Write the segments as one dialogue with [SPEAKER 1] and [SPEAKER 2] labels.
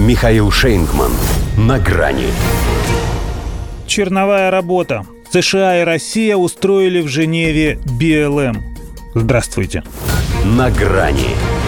[SPEAKER 1] Михаил Шейнгман. На грани.
[SPEAKER 2] Черновая работа. США и Россия устроили в Женеве БЛМ. Здравствуйте.
[SPEAKER 1] На грани.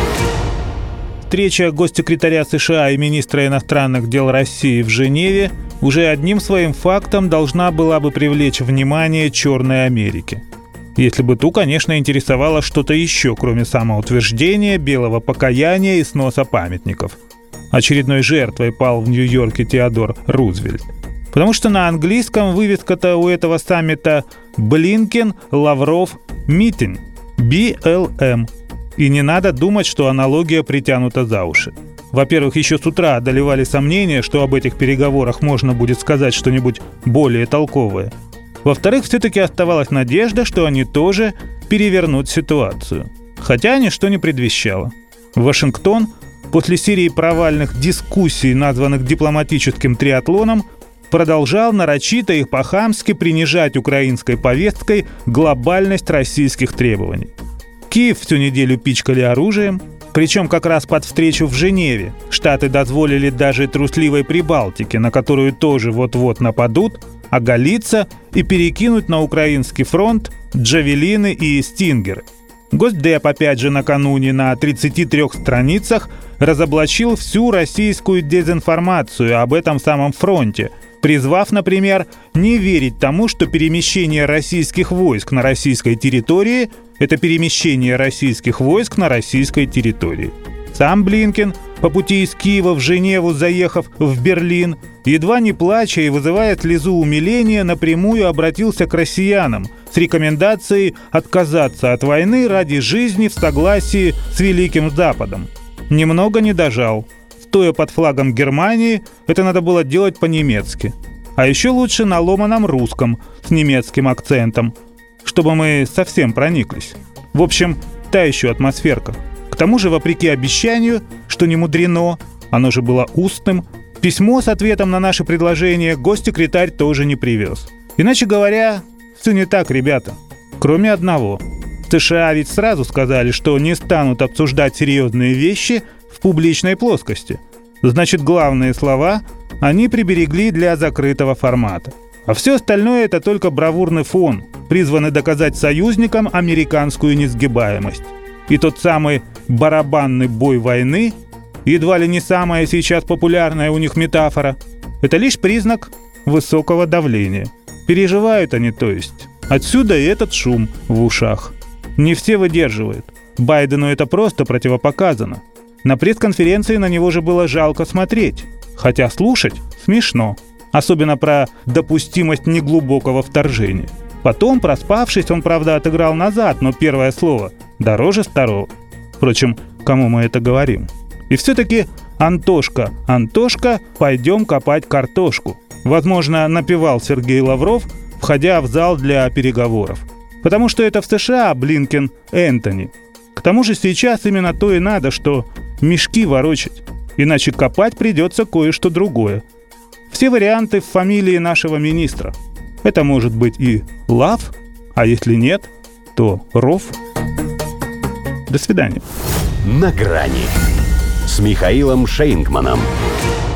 [SPEAKER 2] Встреча госсекретаря США и министра иностранных дел России в Женеве уже одним своим фактом должна была бы привлечь внимание Черной Америки. Если бы ту, конечно, интересовало что-то еще, кроме самоутверждения, белого покаяния и сноса памятников. Очередной жертвой пал в Нью-Йорке Теодор Рузвельт. Потому что на английском вывеска-то у этого саммита «Блинкен, Лавров, Митинг» – BLM. И не надо думать, что аналогия притянута за уши. Во-первых, еще с утра одолевали сомнения, что об этих переговорах можно будет сказать что-нибудь более толковое. Во-вторых, все-таки оставалась надежда, что они тоже перевернут ситуацию. Хотя ничто не предвещало. Вашингтон после серии провальных дискуссий, названных дипломатическим триатлоном, продолжал нарочито и по-хамски принижать украинской повесткой глобальность российских требований. Киев всю неделю пичкали оружием, причем как раз под встречу в Женеве. Штаты дозволили даже трусливой Прибалтике, на которую тоже вот-вот нападут, оголиться и перекинуть на украинский фронт джавелины и стингеры. Госдеп, опять же, накануне на 33 страницах разоблачил всю российскую дезинформацию об этом самом фронте, призвав, например, не верить тому, что перемещение российских войск на российской территории – это перемещение российских войск на российской территории. Сам Блинкен, по пути из Киева в Женеву, заехав в Берлин, едва не плача и вызывая слезу умиления, напрямую обратился к россиянам с рекомендацией отказаться от войны ради жизни в согласии с Великим Западом. Немного не дожал. Стоя под флагом Германии, это надо было делать по-немецки. А еще лучше на ломаном русском с немецким акцентом, чтобы мы совсем прониклись. В общем, та еще атмосферка. К тому же, вопреки обещанию, что не мудрено, оно же было устным, письмо с ответом на наше предложение госсекретарь тоже не привез. Иначе говоря, все не так, ребята. Кроме одного. США ведь сразу сказали, что не станут обсуждать серьезные вещи в публичной плоскости. Значит, главные слова они приберегли для закрытого формата. А все остальное – это только бравурный фон, призванный доказать союзникам американскую несгибаемость. И тот самый барабанный бой войны, едва ли не самая сейчас популярная у них метафора, это лишь признак высокого давления. Переживают они, то есть. Отсюда и этот шум в ушах. Не все выдерживают. Байдену это просто противопоказано. На пресс-конференции на него же было жалко смотреть. Хотя слушать смешно. Особенно про допустимость неглубокого вторжения. Потом, проспавшись, он, правда, отыграл назад, но первое слово дороже второго. Впрочем, кому мы это говорим? И все-таки «Антошка, Антошка, пойдем копать картошку», возможно, напевал Сергей Лавров, входя в зал для переговоров. Потому что это в США Блинкен Энтони. К тому же сейчас именно то и надо, что мешки ворочать. Иначе копать придется кое-что другое. Все варианты в фамилии нашего министра. Это может быть и Лав, а если нет, то Ров. До свидания.
[SPEAKER 1] На грани с Михаилом Шейнгманом.